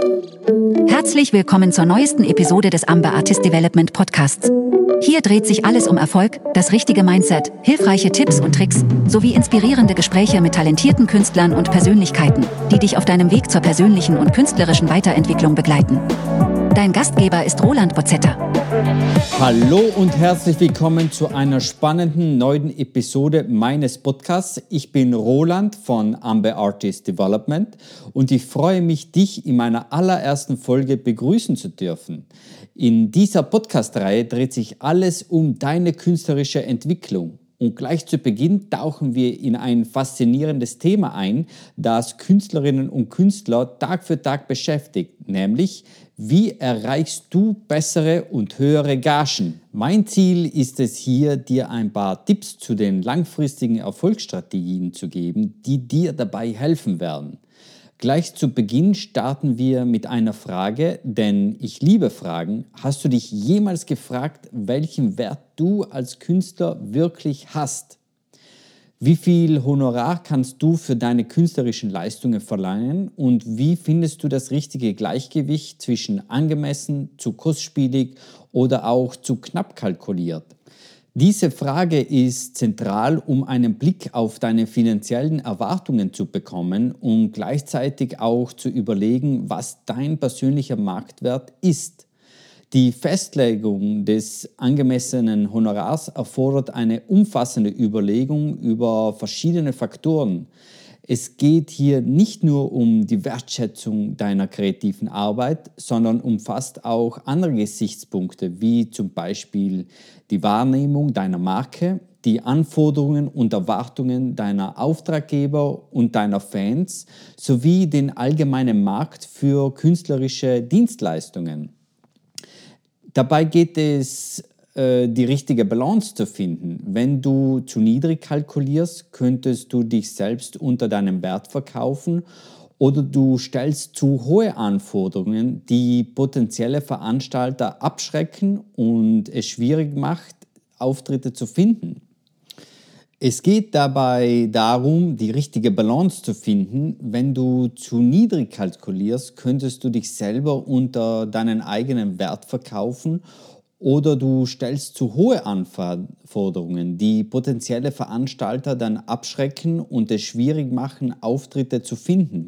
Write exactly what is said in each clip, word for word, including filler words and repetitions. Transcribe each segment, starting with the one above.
Herzlich willkommen zur neuesten Episode des Amber Artist Development Podcasts. Hier dreht sich alles um Erfolg, das richtige Mindset, hilfreiche Tipps und Tricks, sowie inspirierende Gespräche mit talentierten Künstlern und Persönlichkeiten, die dich auf deinem Weg zur persönlichen und künstlerischen Weiterentwicklung begleiten. Dein Gastgeber ist Roland Bozetta. Hallo und herzlich willkommen zu einer spannenden neuen Episode meines Podcasts. Ich bin Roland von Amber Artist Development und ich freue mich, dich in meiner allerersten Folge begrüßen zu dürfen. In dieser Podcast-Reihe dreht sich alles um deine künstlerische Entwicklung. Und gleich zu Beginn tauchen wir in ein faszinierendes Thema ein, das Künstlerinnen und Künstler Tag für Tag beschäftigt, nämlich: Wie erreichst du bessere und höhere Gagen? Mein Ziel ist es hier, dir ein paar Tipps zu den langfristigen Erfolgsstrategien zu geben, die dir dabei helfen werden. Gleich zu Beginn starten wir mit einer Frage, denn ich liebe Fragen. Hast du dich jemals gefragt, welchen Wert du als Künstler wirklich hast? Wie viel Honorar kannst du für deine künstlerischen Leistungen verlangen und wie findest du das richtige Gleichgewicht zwischen angemessen, zu kostspielig oder auch zu knapp kalkuliert? Diese Frage ist zentral, um einen Blick auf deine finanziellen Erwartungen zu bekommen und gleichzeitig auch zu überlegen, was dein persönlicher Marktwert ist. Die Festlegung des angemessenen Honorars erfordert eine umfassende Überlegung über verschiedene Faktoren. Es geht hier nicht nur um die Wertschätzung deiner kreativen Arbeit, sondern umfasst auch andere Gesichtspunkte, wie zum Beispiel die Wahrnehmung deiner Marke, die Anforderungen und Erwartungen deiner Auftraggeber und deiner Fans sowie den allgemeinen Markt für künstlerische Dienstleistungen. Dabei geht es, äh, die richtige Balance zu finden. Wenn du zu niedrig kalkulierst, könntest du dich selbst unter deinem Wert verkaufen oder du stellst zu hohe Anforderungen, die potenzielle Veranstalter abschrecken und es schwierig macht, Auftritte zu finden. Es geht dabei darum, die richtige Balance zu finden. Wenn du zu niedrig kalkulierst, könntest du dich selber unter deinen eigenen Wert verkaufen oder du stellst zu hohe Anforderungen, die potenzielle Veranstalter dann abschrecken und es schwierig machen, Auftritte zu finden.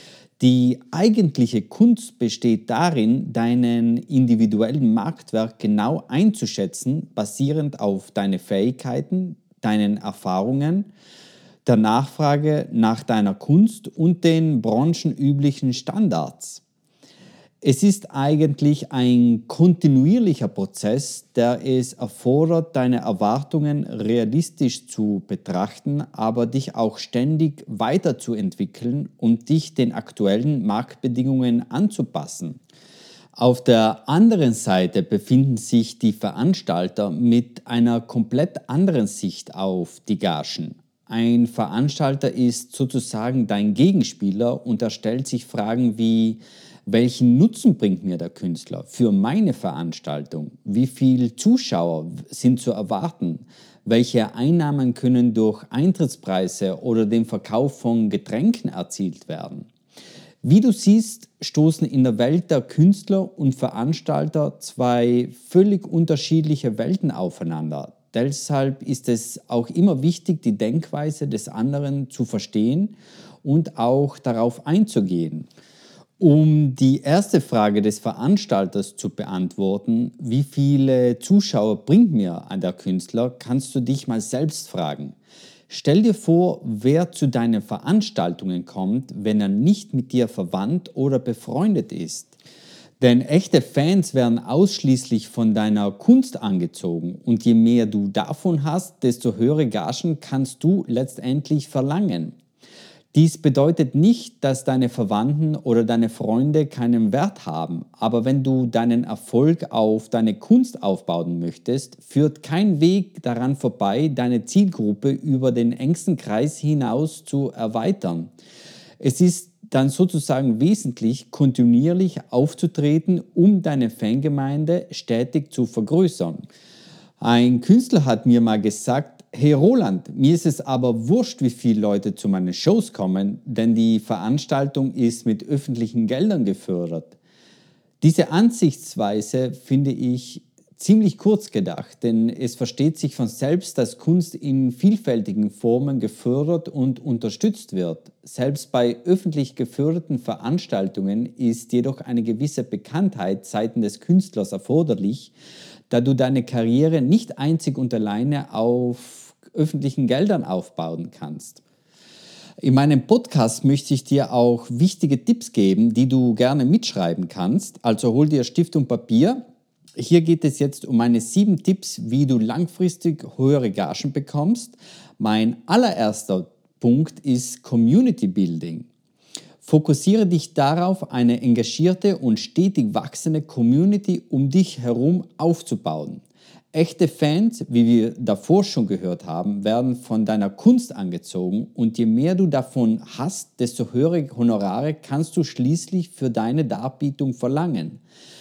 Die eigentliche Kunst besteht darin, deinen individuellen Marktwert genau einzuschätzen, basierend auf deine Fähigkeiten, deinen Erfahrungen, der Nachfrage nach deiner Kunst und den branchenüblichen Standards. Es ist eigentlich ein kontinuierlicher Prozess, der es erfordert, deine Erwartungen realistisch zu betrachten, aber dich auch ständig weiterzuentwickeln und dich den aktuellen Marktbedingungen anzupassen. Auf der anderen Seite befinden sich die Veranstalter mit einer komplett anderen Sicht auf die Gagen. Ein Veranstalter ist sozusagen dein Gegenspieler und er stellt sich Fragen wie: Welchen Nutzen bringt mir der Künstler für meine Veranstaltung? Wie viele Zuschauer sind zu erwarten? Welche Einnahmen können durch Eintrittspreise oder den Verkauf von Getränken erzielt werden? Wie du siehst, stoßen in der Welt der Künstler und Veranstalter zwei völlig unterschiedliche Welten aufeinander. Deshalb ist es auch immer wichtig, die Denkweise des anderen zu verstehen und auch darauf einzugehen. Um die erste Frage des Veranstalters zu beantworten, wie viele Zuschauer bringt mir der Künstler, kannst du dich mal selbst fragen. Stell dir vor, wer zu deinen Veranstaltungen kommt, wenn er nicht mit dir verwandt oder befreundet ist. Denn echte Fans werden ausschließlich von deiner Kunst angezogen und je mehr du davon hast, desto höhere Gagen kannst du letztendlich verlangen. Dies bedeutet nicht, dass deine Verwandten oder deine Freunde keinen Wert haben, aber wenn du deinen Erfolg auf deine Kunst aufbauen möchtest, führt kein Weg daran vorbei, deine Zielgruppe über den engsten Kreis hinaus zu erweitern. Es ist dann sozusagen wesentlich, kontinuierlich aufzutreten, um deine Fangemeinde stetig zu vergrößern. Ein Künstler hat mir mal gesagt, hey Roland, mir ist es aber wurscht, wie viele Leute zu meinen Shows kommen, denn die Veranstaltung ist mit öffentlichen Geldern gefördert. Diese Ansichtsweise finde ich ziemlich kurz gedacht, denn es versteht sich von selbst, dass Kunst in vielfältigen Formen gefördert und unterstützt wird. Selbst bei öffentlich geförderten Veranstaltungen ist jedoch eine gewisse Bekanntheit seitens des Künstlers erforderlich, da du deine Karriere nicht einzig und alleine auf öffentlichen Geldern aufbauen kannst. In meinem Podcast möchte ich dir auch wichtige Tipps geben, die du gerne mitschreiben kannst. Also hol dir Stift und Papier. Hier geht es jetzt um meine sieben Tipps, wie du langfristig höhere Gagen bekommst. Mein allererster Punkt ist Community Building. Fokussiere dich darauf, eine engagierte und stetig wachsende Community um dich herum aufzubauen. Echte Fans, wie wir davor schon gehört haben, werden von deiner Kunst angezogen und je mehr du davon hast, desto höhere Honorare kannst du schließlich für deine Darbietung verlangen.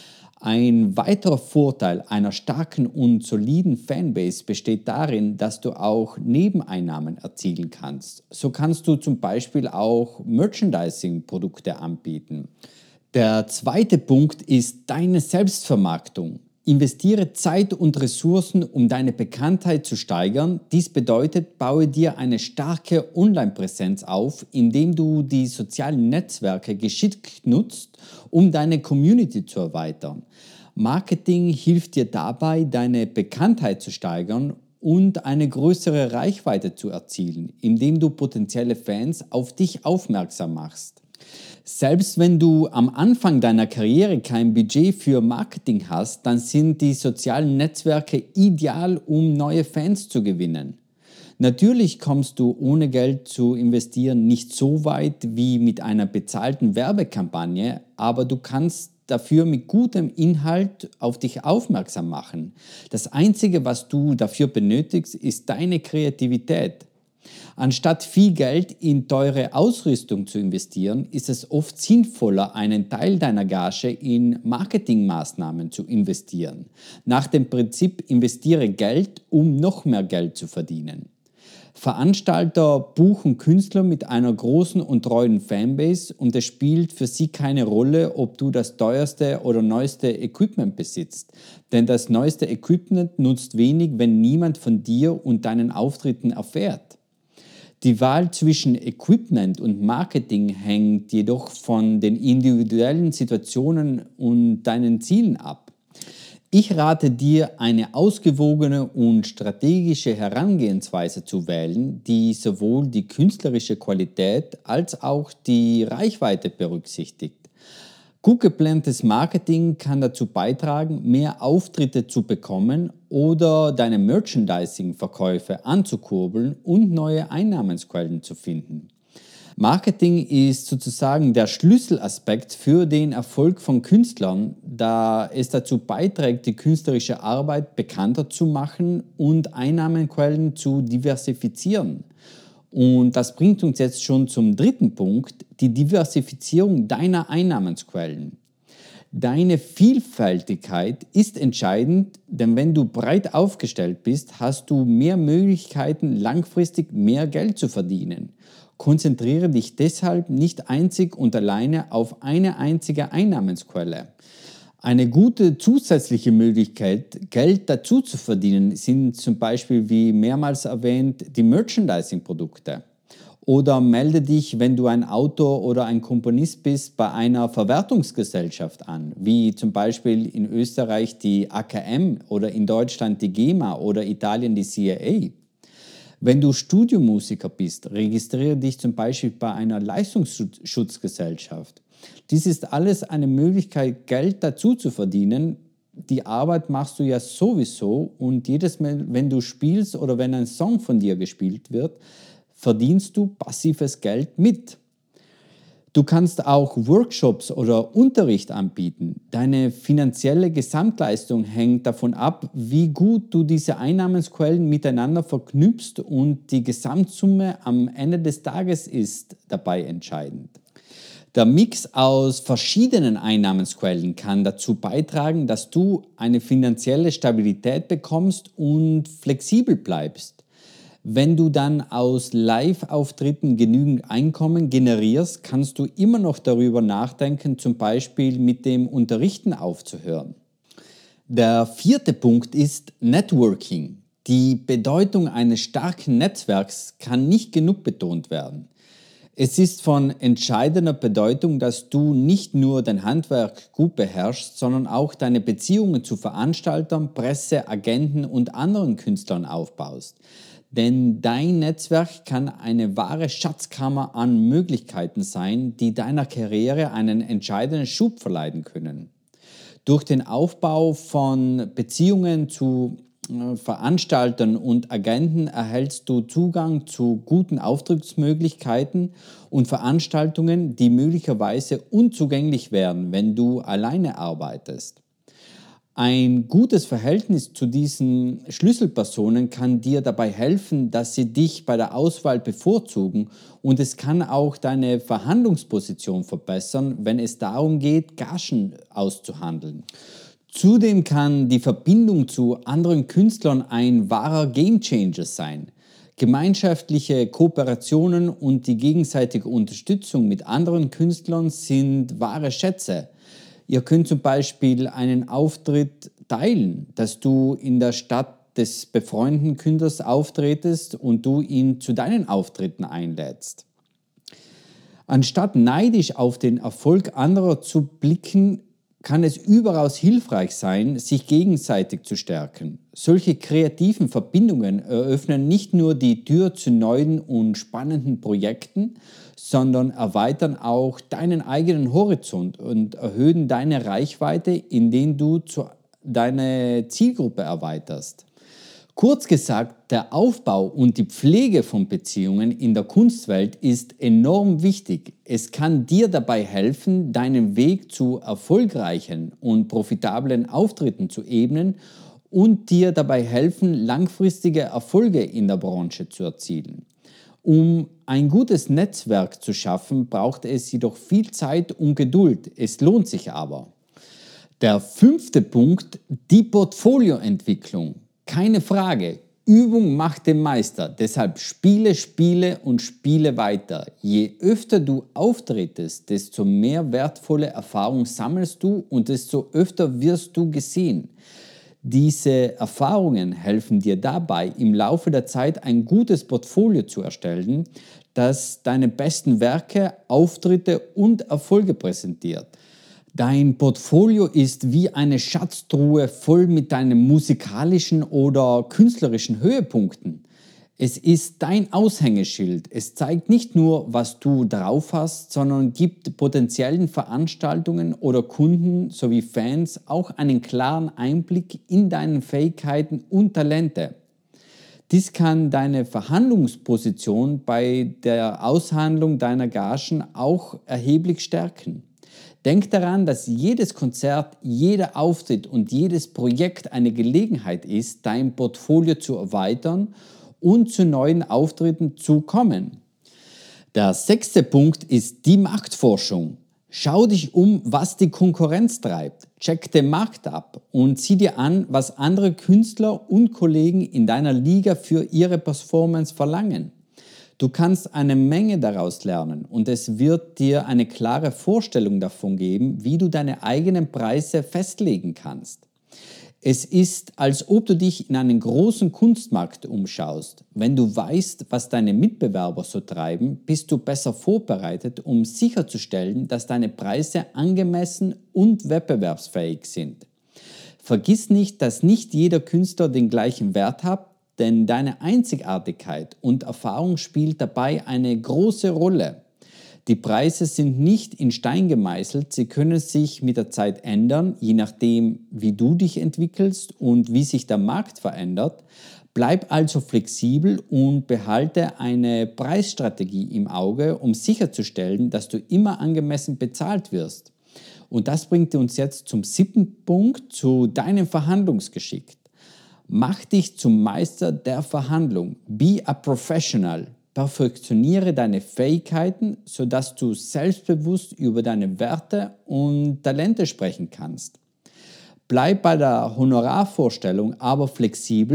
Ein weiterer Vorteil einer starken und soliden Fanbase besteht darin, dass du auch Nebeneinnahmen erzielen kannst. So kannst du zum Beispiel auch Merchandising-Produkte anbieten. Der zweite Punkt ist deine Selbstvermarktung. Investiere Zeit und Ressourcen, um deine Bekanntheit zu steigern. Dies bedeutet, baue dir eine starke Online-Präsenz auf, indem du die sozialen Netzwerke geschickt nutzt, um deine Community zu erweitern. Marketing hilft dir dabei, deine Bekanntheit zu steigern und eine größere Reichweite zu erzielen, indem du potenzielle Fans auf dich aufmerksam machst. Selbst wenn du am Anfang deiner Karriere kein Budget für Marketing hast, dann sind die sozialen Netzwerke ideal, um neue Fans zu gewinnen. Natürlich kommst du ohne Geld zu investieren nicht so weit wie mit einer bezahlten Werbekampagne, aber du kannst dafür mit gutem Inhalt auf dich aufmerksam machen. Das Einzige, was du dafür benötigst, ist deine Kreativität. Anstatt viel Geld in teure Ausrüstung zu investieren, ist es oft sinnvoller, einen Teil deiner Gage in Marketingmaßnahmen zu investieren. Nach dem Prinzip investiere Geld, um noch mehr Geld zu verdienen. Veranstalter buchen Künstler mit einer großen und treuen Fanbase und es spielt für sie keine Rolle, ob du das teuerste oder neueste Equipment besitzt. Denn das neueste Equipment nutzt wenig, wenn niemand von dir und deinen Auftritten erfährt. Die Wahl zwischen Equipment und Marketing hängt jedoch von den individuellen Situationen und deinen Zielen ab. Ich rate dir, eine ausgewogene und strategische Herangehensweise zu wählen, die sowohl die künstlerische Qualität als auch die Reichweite berücksichtigt. Gut geplantes Marketing kann dazu beitragen, mehr Auftritte zu bekommen oder deine Merchandising-Verkäufe anzukurbeln und neue Einnahmensquellen zu finden. Marketing ist sozusagen der Schlüsselaspekt für den Erfolg von Künstlern, da es dazu beiträgt, die künstlerische Arbeit bekannter zu machen und Einnahmenquellen zu diversifizieren. Und das bringt uns jetzt schon zum dritten Punkt, die Diversifizierung deiner Einnahmensquellen. Deine Vielfältigkeit ist entscheidend, denn wenn du breit aufgestellt bist, hast du mehr Möglichkeiten, langfristig mehr Geld zu verdienen. Konzentriere dich deshalb nicht einzig und alleine auf eine einzige Einnahmensquelle. Eine gute zusätzliche Möglichkeit, Geld dazu zu verdienen, sind zum Beispiel, wie mehrmals erwähnt, die Merchandising-Produkte. Oder melde dich, wenn du ein Autor oder ein Komponist bist, bei einer Verwertungsgesellschaft an, wie zum Beispiel in Österreich die A K M oder in Deutschland die GEMA oder Italien die C A A. Wenn du Studiomusiker bist, registriere dich zum Beispiel bei einer Leistungsschutzgesellschaft. Dies ist alles eine Möglichkeit, Geld dazu zu verdienen. Die Arbeit machst du ja sowieso und jedes Mal, wenn du spielst oder wenn ein Song von dir gespielt wird, verdienst du passives Geld mit. Du kannst auch Workshops oder Unterricht anbieten. Deine finanzielle Gesamtleistung hängt davon ab, wie gut du diese Einnahmensquellen miteinander verknüpfst und die Gesamtsumme am Ende des Tages ist dabei entscheidend. Der Mix aus verschiedenen Einnahmensquellen kann dazu beitragen, dass du eine finanzielle Stabilität bekommst und flexibel bleibst. Wenn du dann aus Live-Auftritten genügend Einkommen generierst, kannst du immer noch darüber nachdenken, zum Beispiel mit dem Unterrichten aufzuhören. Der vierte Punkt ist Networking. Die Bedeutung eines starken Netzwerks kann nicht genug betont werden. Es ist von entscheidender Bedeutung, dass du nicht nur dein Handwerk gut beherrschst, sondern auch deine Beziehungen zu Veranstaltern, Presse, Agenten und anderen Künstlern aufbaust. Denn dein Netzwerk kann eine wahre Schatzkammer an Möglichkeiten sein, die deiner Karriere einen entscheidenden Schub verleihen können. Durch den Aufbau von Beziehungen zu Veranstaltern und Agenten erhältst du Zugang zu guten Auftrittsmöglichkeiten und Veranstaltungen, die möglicherweise unzugänglich wären, wenn du alleine arbeitest. Ein gutes Verhältnis zu diesen Schlüsselpersonen kann dir dabei helfen, dass sie dich bei der Auswahl bevorzugen, und es kann auch deine Verhandlungsposition verbessern, wenn es darum geht, Gagen auszuhandeln. Zudem kann die Verbindung zu anderen Künstlern ein wahrer Gamechanger sein. Gemeinschaftliche Kooperationen und die gegenseitige Unterstützung mit anderen Künstlern sind wahre Schätze. Ihr könnt zum Beispiel einen Auftritt teilen, dass du in der Stadt des befreundeten Künstlers auftretest und du ihn zu deinen Auftritten einlädst. Anstatt neidisch auf den Erfolg anderer zu blicken, kann es überaus hilfreich sein, sich gegenseitig zu stärken. Solche kreativen Verbindungen eröffnen nicht nur die Tür zu neuen und spannenden Projekten, sondern erweitern auch deinen eigenen Horizont und erhöhen deine Reichweite, indem du zu deine Zielgruppe erweiterst. Kurz gesagt, der Aufbau und die Pflege von Beziehungen in der Kunstwelt ist enorm wichtig. Es kann dir dabei helfen, deinen Weg zu erfolgreichen und profitablen Auftritten zu ebnen und dir dabei helfen, langfristige Erfolge in der Branche zu erzielen. Um ein gutes Netzwerk zu schaffen, braucht es jedoch viel Zeit und Geduld. Es lohnt sich aber. Der fünfte Punkt, die Portfolioentwicklung. Keine Frage, Übung macht den Meister, deshalb spiele, spiele und spiele weiter. Je öfter du auftretest, desto mehr wertvolle Erfahrung sammelst du und desto öfter wirst du gesehen. Diese Erfahrungen helfen dir dabei, im Laufe der Zeit ein gutes Portfolio zu erstellen, das deine besten Werke, Auftritte und Erfolge präsentiert. Dein Portfolio ist wie eine Schatztruhe voll mit deinen musikalischen oder künstlerischen Höhepunkten. Es ist dein Aushängeschild. Es zeigt nicht nur, was du drauf hast, sondern gibt potenziellen Veranstaltungen oder Kunden sowie Fans auch einen klaren Einblick in deine Fähigkeiten und Talente. Dies kann deine Verhandlungsposition bei der Aushandlung deiner Gagen auch erheblich stärken. Denk daran, dass jedes Konzert, jeder Auftritt und jedes Projekt eine Gelegenheit ist, dein Portfolio zu erweitern und zu neuen Auftritten zu kommen. Der sechste Punkt ist die Marktforschung. Schau dich um, was die Konkurrenz treibt. Check den Markt ab und sieh dir an, was andere Künstler und Kollegen in deiner Liga für ihre Performance verlangen. Du kannst eine Menge daraus lernen und es wird dir eine klare Vorstellung davon geben, wie du deine eigenen Preise festlegen kannst. Es ist, als ob du dich in einen großen Kunstmarkt umschaust. Wenn du weißt, was deine Mitbewerber so treiben, bist du besser vorbereitet, um sicherzustellen, dass deine Preise angemessen und wettbewerbsfähig sind. Vergiss nicht, dass nicht jeder Künstler den gleichen Wert hat, denn deine Einzigartigkeit und Erfahrung spielt dabei eine große Rolle. Die Preise sind nicht in Stein gemeißelt, sie können sich mit der Zeit ändern, je nachdem, wie du dich entwickelst und wie sich der Markt verändert. Bleib also flexibel und behalte eine Preisstrategie im Auge, um sicherzustellen, dass du immer angemessen bezahlt wirst. Und das bringt uns jetzt zum siebten Punkt, zu deinem Verhandlungsgeschick. Mach dich zum Meister der Verhandlung. Be a professional. Perfektioniere deine Fähigkeiten, sodass du selbstbewusst über deine Werte und Talente sprechen kannst. Bleib bei der Honorarvorstellung aber flexibel.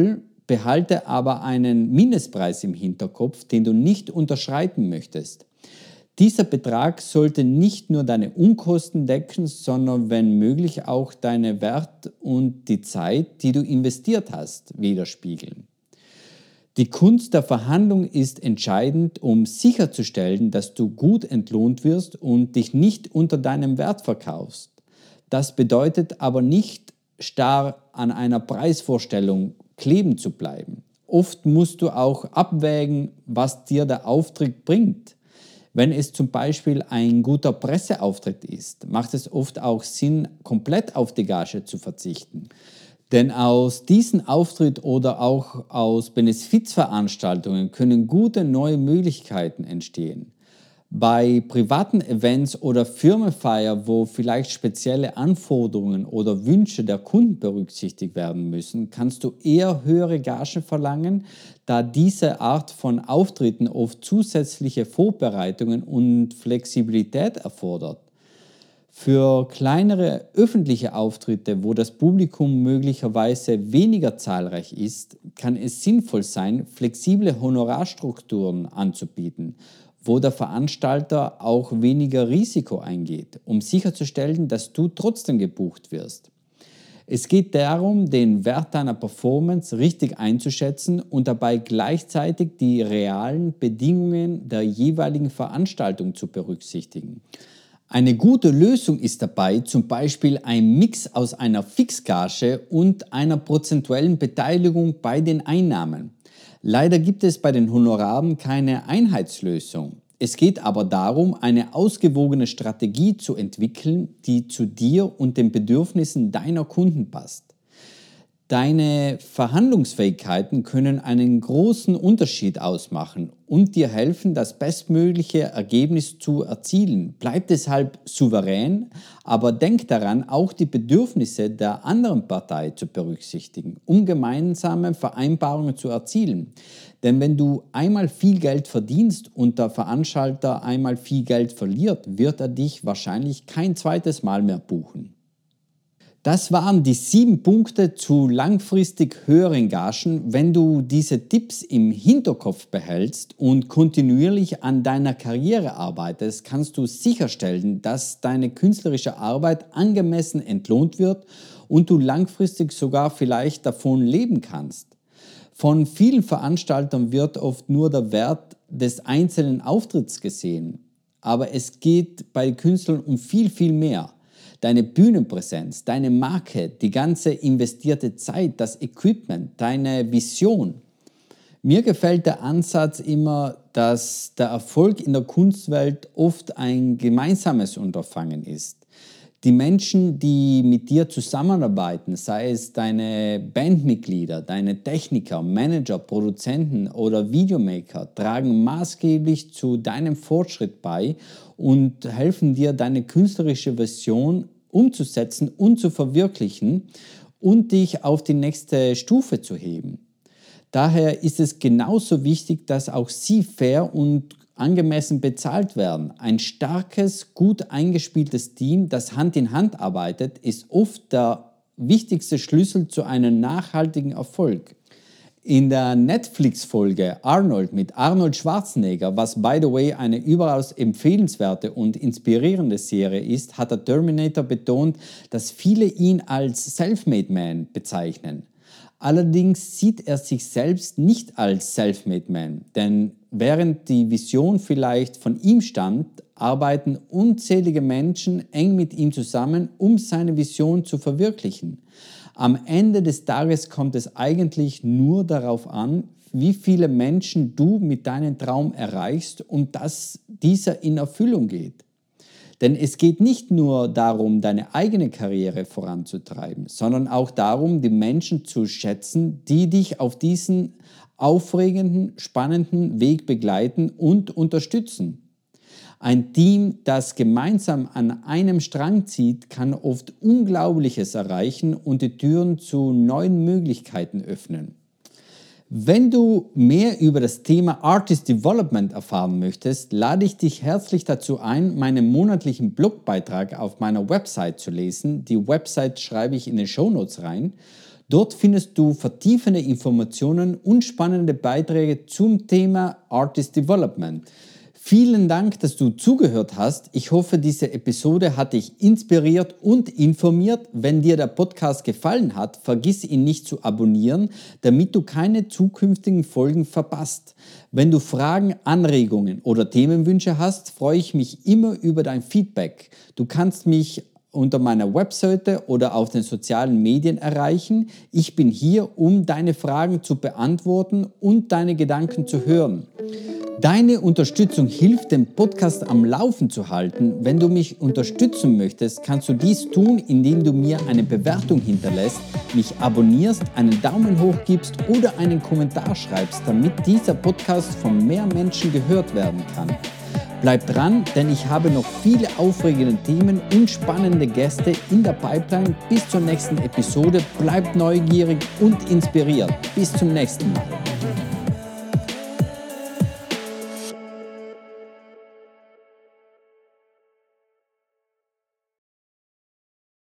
Behalte aber einen Mindestpreis im Hinterkopf, den du nicht unterschreiten möchtest. Dieser Betrag sollte nicht nur deine Unkosten decken, sondern wenn möglich auch deine Wert und die Zeit, die du investiert hast, widerspiegeln. Die Kunst der Verhandlung ist entscheidend, um sicherzustellen, dass du gut entlohnt wirst und dich nicht unter deinem Wert verkaufst. Das bedeutet aber nicht, starr an einer Preisvorstellung kleben zu bleiben. Oft musst du auch abwägen, was dir der Auftritt bringt. Wenn es zum Beispiel ein guter Presseauftritt ist, macht es oft auch Sinn, komplett auf die Gage zu verzichten. Denn aus diesem Auftritt oder auch aus Benefizveranstaltungen können gute neue Möglichkeiten entstehen. Bei privaten Events oder Firmenfeiern, wo vielleicht spezielle Anforderungen oder Wünsche der Kunden berücksichtigt werden müssen, kannst du eher höhere Gagen verlangen, da diese Art von Auftritten oft zusätzliche Vorbereitungen und Flexibilität erfordert. Für kleinere öffentliche Auftritte, wo das Publikum möglicherweise weniger zahlreich ist, kann es sinnvoll sein, flexible Honorarstrukturen anzubieten, wo der Veranstalter auch weniger Risiko eingeht, um sicherzustellen, dass du trotzdem gebucht wirst. Es geht darum, den Wert deiner Performance richtig einzuschätzen und dabei gleichzeitig die realen Bedingungen der jeweiligen Veranstaltung zu berücksichtigen. Eine gute Lösung ist dabei zum Beispiel ein Mix aus einer Fixgage und einer prozentuellen Beteiligung bei den Einnahmen. Leider gibt es bei den Honoraren keine Einheitslösung. Es geht aber darum, eine ausgewogene Strategie zu entwickeln, die zu dir und den Bedürfnissen deiner Kunden passt. Deine Verhandlungsfähigkeiten können einen großen Unterschied ausmachen und dir helfen, das bestmögliche Ergebnis zu erzielen. Bleib deshalb souverän, aber denk daran, auch die Bedürfnisse der anderen Partei zu berücksichtigen, um gemeinsame Vereinbarungen zu erzielen. Denn wenn du einmal viel Geld verdienst und der Veranstalter einmal viel Geld verliert, wird er dich wahrscheinlich kein zweites Mal mehr buchen. Das waren die sieben Punkte zu langfristig höheren Gagen. Wenn du diese Tipps im Hinterkopf behältst und kontinuierlich an deiner Karriere arbeitest, kannst du sicherstellen, dass deine künstlerische Arbeit angemessen entlohnt wird und du langfristig sogar vielleicht davon leben kannst. Von vielen Veranstaltern wird oft nur der Wert des einzelnen Auftritts gesehen. Aber es geht bei Künstlern um viel, viel mehr. Deine Bühnenpräsenz, deine Marke, die ganze investierte Zeit, das Equipment, deine Vision. Mir gefällt der Ansatz immer, dass der Erfolg in der Kunstwelt oft ein gemeinsames Unterfangen ist. Die Menschen, die mit dir zusammenarbeiten, sei es deine Bandmitglieder, deine Techniker, Manager, Produzenten oder Videomaker, tragen maßgeblich zu deinem Fortschritt bei und helfen dir, deine künstlerische Vision umzusetzen und zu verwirklichen und dich auf die nächste Stufe zu heben. Daher ist es genauso wichtig, dass auch sie fair und angemessen bezahlt werden. Ein starkes, gut eingespieltes Team, das Hand in Hand arbeitet, ist oft der wichtigste Schlüssel zu einem nachhaltigen Erfolg. In der Netflix-Folge Arnold mit Arnold Schwarzenegger, was by the way eine überaus empfehlenswerte und inspirierende Serie ist, hat der Terminator betont, dass viele ihn als Self-Made Man bezeichnen. Allerdings sieht er sich selbst nicht als Self-Made Man, denn während die Vision vielleicht von ihm stammt, arbeiten unzählige Menschen eng mit ihm zusammen, um seine Vision zu verwirklichen. Am Ende des Tages kommt es eigentlich nur darauf an, wie viele Menschen du mit deinem Traum erreichst und dass dieser in Erfüllung geht. Denn es geht nicht nur darum, deine eigene Karriere voranzutreiben, sondern auch darum, die Menschen zu schätzen, die dich auf diesen aufregenden, spannenden Weg begleiten und unterstützen. Ein Team, das gemeinsam an einem Strang zieht, kann oft Unglaubliches erreichen und die Türen zu neuen Möglichkeiten öffnen. Wenn du mehr über das Thema Artist Development erfahren möchtest, lade ich dich herzlich dazu ein, meinen monatlichen Blogbeitrag auf meiner Website zu lesen. Die Website schreibe ich in den Shownotes rein. Dort findest du vertiefende Informationen und spannende Beiträge zum Thema Artist Development. Vielen Dank, dass du zugehört hast. Ich hoffe, diese Episode hat dich inspiriert und informiert. Wenn dir der Podcast gefallen hat, vergiss ihn nicht zu abonnieren, damit du keine zukünftigen Folgen verpasst. Wenn du Fragen, Anregungen oder Themenwünsche hast, freue ich mich immer über dein Feedback. Du kannst mich unter meiner Webseite oder auf den sozialen Medien erreichen. Ich bin hier, um deine Fragen zu beantworten und deine Gedanken zu hören. Deine Unterstützung hilft, den Podcast am Laufen zu halten. Wenn du mich unterstützen möchtest, kannst du dies tun, indem du mir eine Bewertung hinterlässt, mich abonnierst, einen Daumen hoch gibst oder einen Kommentar schreibst, damit dieser Podcast von mehr Menschen gehört werden kann. Bleib dran, denn ich habe noch viele aufregende Themen und spannende Gäste in der Pipeline. Bis zur nächsten Episode. Bleib neugierig und inspiriert. Bis zum nächsten Mal.